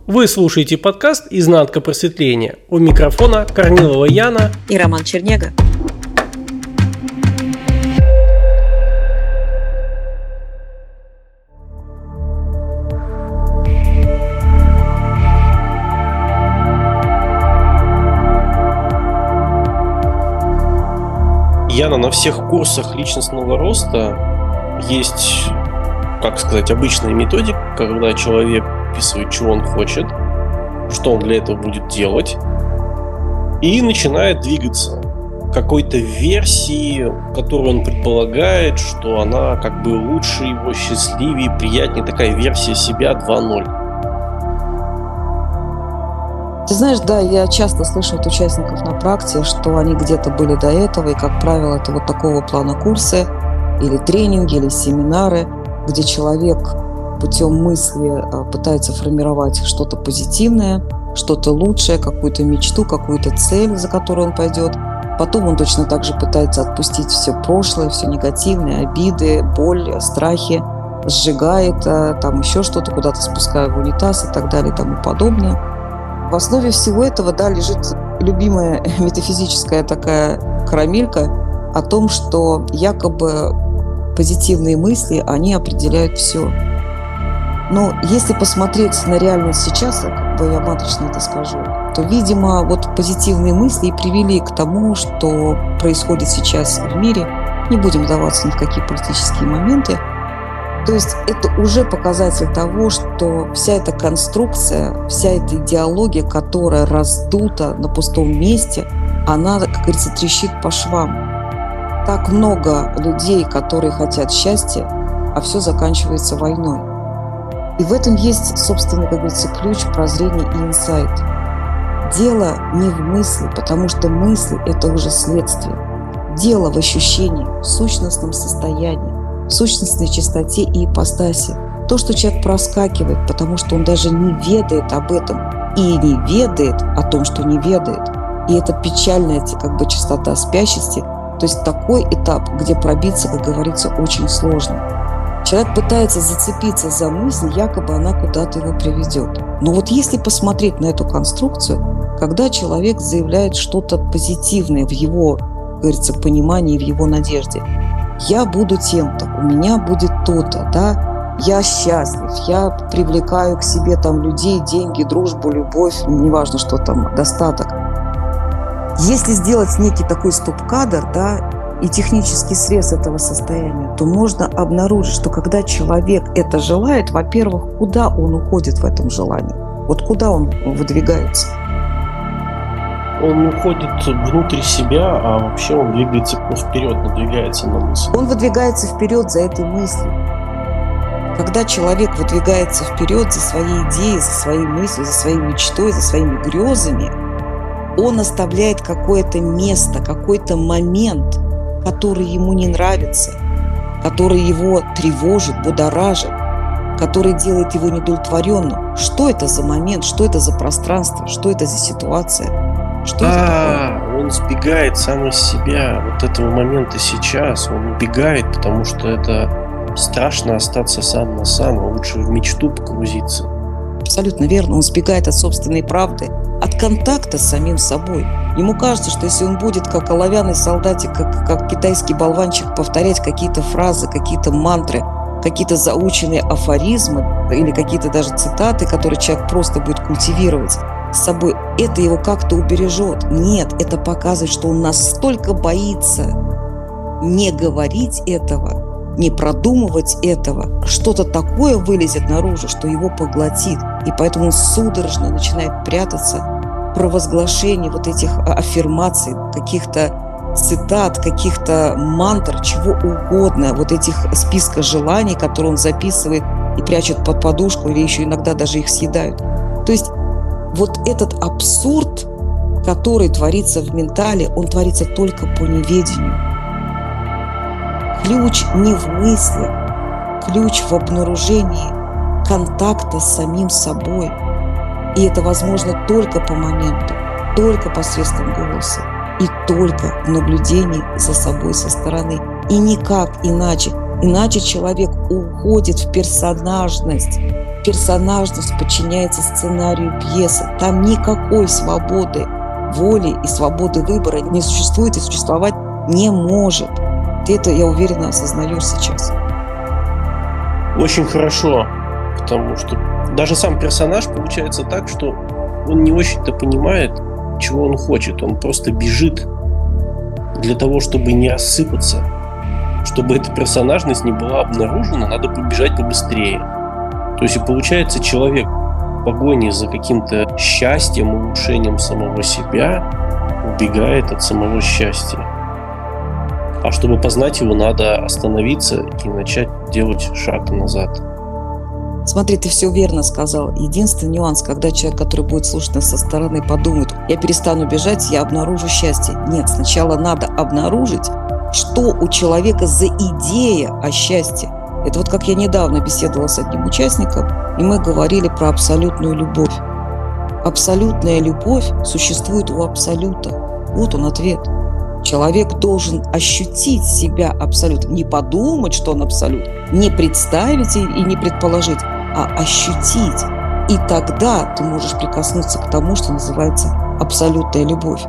Вы слушаете подкаст «Изнанка просветления». У микрофона Корнилова Яна и Роман Чернега. Яна, на всех курсах личностного роста есть, обычная методика, когда человек описывает, чего он хочет, что он для этого будет делать, и начинает двигаться к какой-то версии, которую он предполагает, что она лучше его, счастливее, приятнее, такая версия себя 2.0. Ты знаешь, да, я часто слышу от участников на практике, что они где-то были до этого, и, как правило, это вот такого плана курсы или тренинги, или семинары, где человек путем мысли пытается формировать что-то позитивное, что-то лучшее, какую-то мечту, какую-то цель, за которую он пойдет. Потом он точно так же пытается отпустить все прошлое, все негативное, обиды, боль, страхи, сжигает, там еще что-то, куда-то спуская в унитаз и так далее и тому подобное. В основе всего этого, лежит любимая метафизическая такая карамелька о том, что якобы позитивные мысли, они определяют все. Но если посмотреть на реальность сейчас, я маточно это скажу, то, видимо, позитивные мысли и привели к тому, что происходит сейчас в мире. Не будем вдаваться ни в какие политические моменты. То есть это уже показатель того, что вся эта конструкция, вся эта идеология, которая раздута на пустом месте, она, как говорится, трещит по швам. Так много людей, которые хотят счастья, а все заканчивается войной. И в этом есть, собственно, как говорится, ключ прозрения и инсайт. Дело не в мысли, потому что мысли – это уже следствие. Дело в ощущении, в сущностном состоянии, в сущностной чистоте и ипостаси. То, что человек проскакивает, потому что он даже не ведает об этом и не ведает о том, что не ведает. И это печальная чистота спящести. То есть такой этап, где пробиться, как говорится, очень сложно. Человек пытается зацепиться за мысль, якобы она куда-то его приведет. Но если посмотреть на эту конструкцию, когда человек заявляет что-то позитивное в его, как говорится, понимании, в его надежде, я буду тем-то, у меня будет то-то, я счастлив, я привлекаю к себе людей, деньги, дружбу, любовь, неважно, что там, достаток. Если сделать некий такой стоп-кадр, и технический срез этого состояния, то можно обнаружить, что когда человек это желает, во-первых, куда он уходит в этом желании? Куда он выдвигается? Он уходит внутрь себя, а вообще он двигается вперед, надвигается на мысль. Он выдвигается вперед за этой мыслью. Когда человек выдвигается вперед за своей идеей, за своей мыслью, за своей мечтой, за своими грезами, он оставляет какое-то место, какой-то момент, который ему не нравится, который его тревожит, будоражит, который делает его недовлетворенным. Что это за момент, что это за пространство, что это за ситуация? Что это такое? Он сбегает сам из себя этого момента сейчас. Он убегает, потому что это страшно остаться сам на сам, а лучше в мечту погрузиться. Абсолютно верно. Он сбегает от собственной правды, от контакта с самим собой. Ему кажется, что если он будет как оловянный солдатик, как китайский болванчик повторять какие-то фразы, какие-то мантры, какие-то заученные афоризмы или какие-то даже цитаты, которые человек просто будет культивировать с собой, это его как-то убережет. Нет, это показывает, что он настолько боится не говорить этого, не продумывать этого, что-то такое вылезет наружу, что его поглотит. И поэтому он судорожно начинает прятаться в провозглашении этих аффирмаций, каких-то цитат, каких-то мантр, чего угодно, этих списка желаний, которые он записывает и прячет под подушку, или еще иногда даже их съедают. То есть этот абсурд, который творится в ментале, он творится только по неведению. Ключ не в мысли, ключ в обнаружении контакта с самим собой. И это возможно только по моменту, только посредством голоса и только в наблюдении за собой со стороны. И никак иначе. Иначе человек уходит в персонажность. Персонажность подчиняется сценарию пьесы. Там никакой свободы воли и свободы выбора не существует и существовать не может. Ты это, я уверена, осознаешь сейчас. Очень хорошо, потому что даже сам персонаж получается так, что он не очень-то понимает, чего он хочет. Он просто бежит для того, чтобы не рассыпаться. Чтобы эта персонажность не была обнаружена, надо побежать побыстрее. То есть и получается, человек в погоне за каким-то счастьем, улучшением самого себя убегает от самого счастья. А чтобы познать его, надо остановиться и начать делать шаг назад. Смотри, ты все верно сказал. Единственный нюанс, когда человек, который будет слушать нас со стороны, подумает: я перестану бежать, я обнаружу счастье. Нет, сначала надо обнаружить, что у человека за идея о счастье. Это вот как я недавно беседовала с одним участником, и мы говорили про абсолютную любовь. Абсолютная любовь существует у абсолюта. Вот он ответ. Человек должен ощутить себя абсолютом, не подумать, что он абсолют, не представить и не предположить, а ощутить. И тогда ты можешь прикоснуться к тому, что называется абсолютная любовь.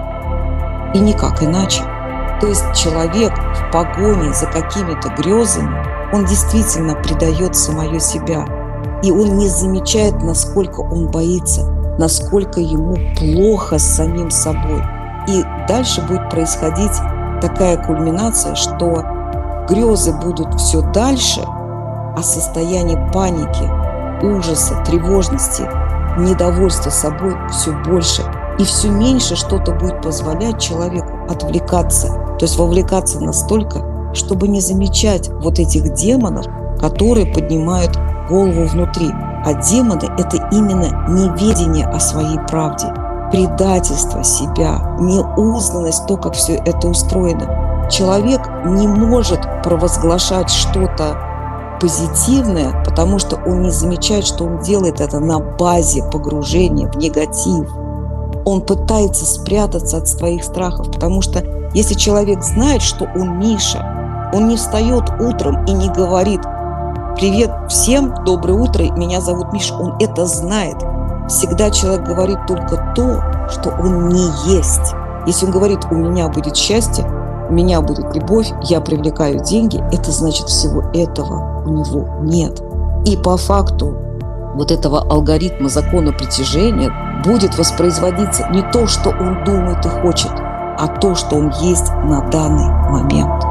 И никак иначе. То есть человек в погоне за какими-то грезами, он действительно предает самое себя. И он не замечает, насколько он боится, насколько ему плохо с самим собой. И дальше будет происходить такая кульминация, что грезы будут все дальше, а состояние паники, ужаса, тревожности, недовольства собой все больше. И все меньше что-то будет позволять человеку отвлекаться, то есть вовлекаться настолько, чтобы не замечать вот этих демонов, которые поднимают голову внутри. А демоны – это именно неведение о своей правде, предательство себя, неузнанность, то, как все это устроено. Человек не может провозглашать что-то позитивное, потому что он не замечает, что он делает это на базе погружения в негатив. Он пытается спрятаться от своих страхов, потому что если человек знает, что он Миша, он не встает утром и не говорит: «Привет всем, доброе утро, меня зовут Миша». Он это знает. Всегда человек говорит только то, что он не есть. Если он говорит: «У меня будет счастье, у меня будет любовь, я привлекаю деньги», это значит, всего этого у него нет. И по факту вот этого алгоритма закона притяжения будет воспроизводиться не то, что он думает и хочет, а то, что он есть на данный момент.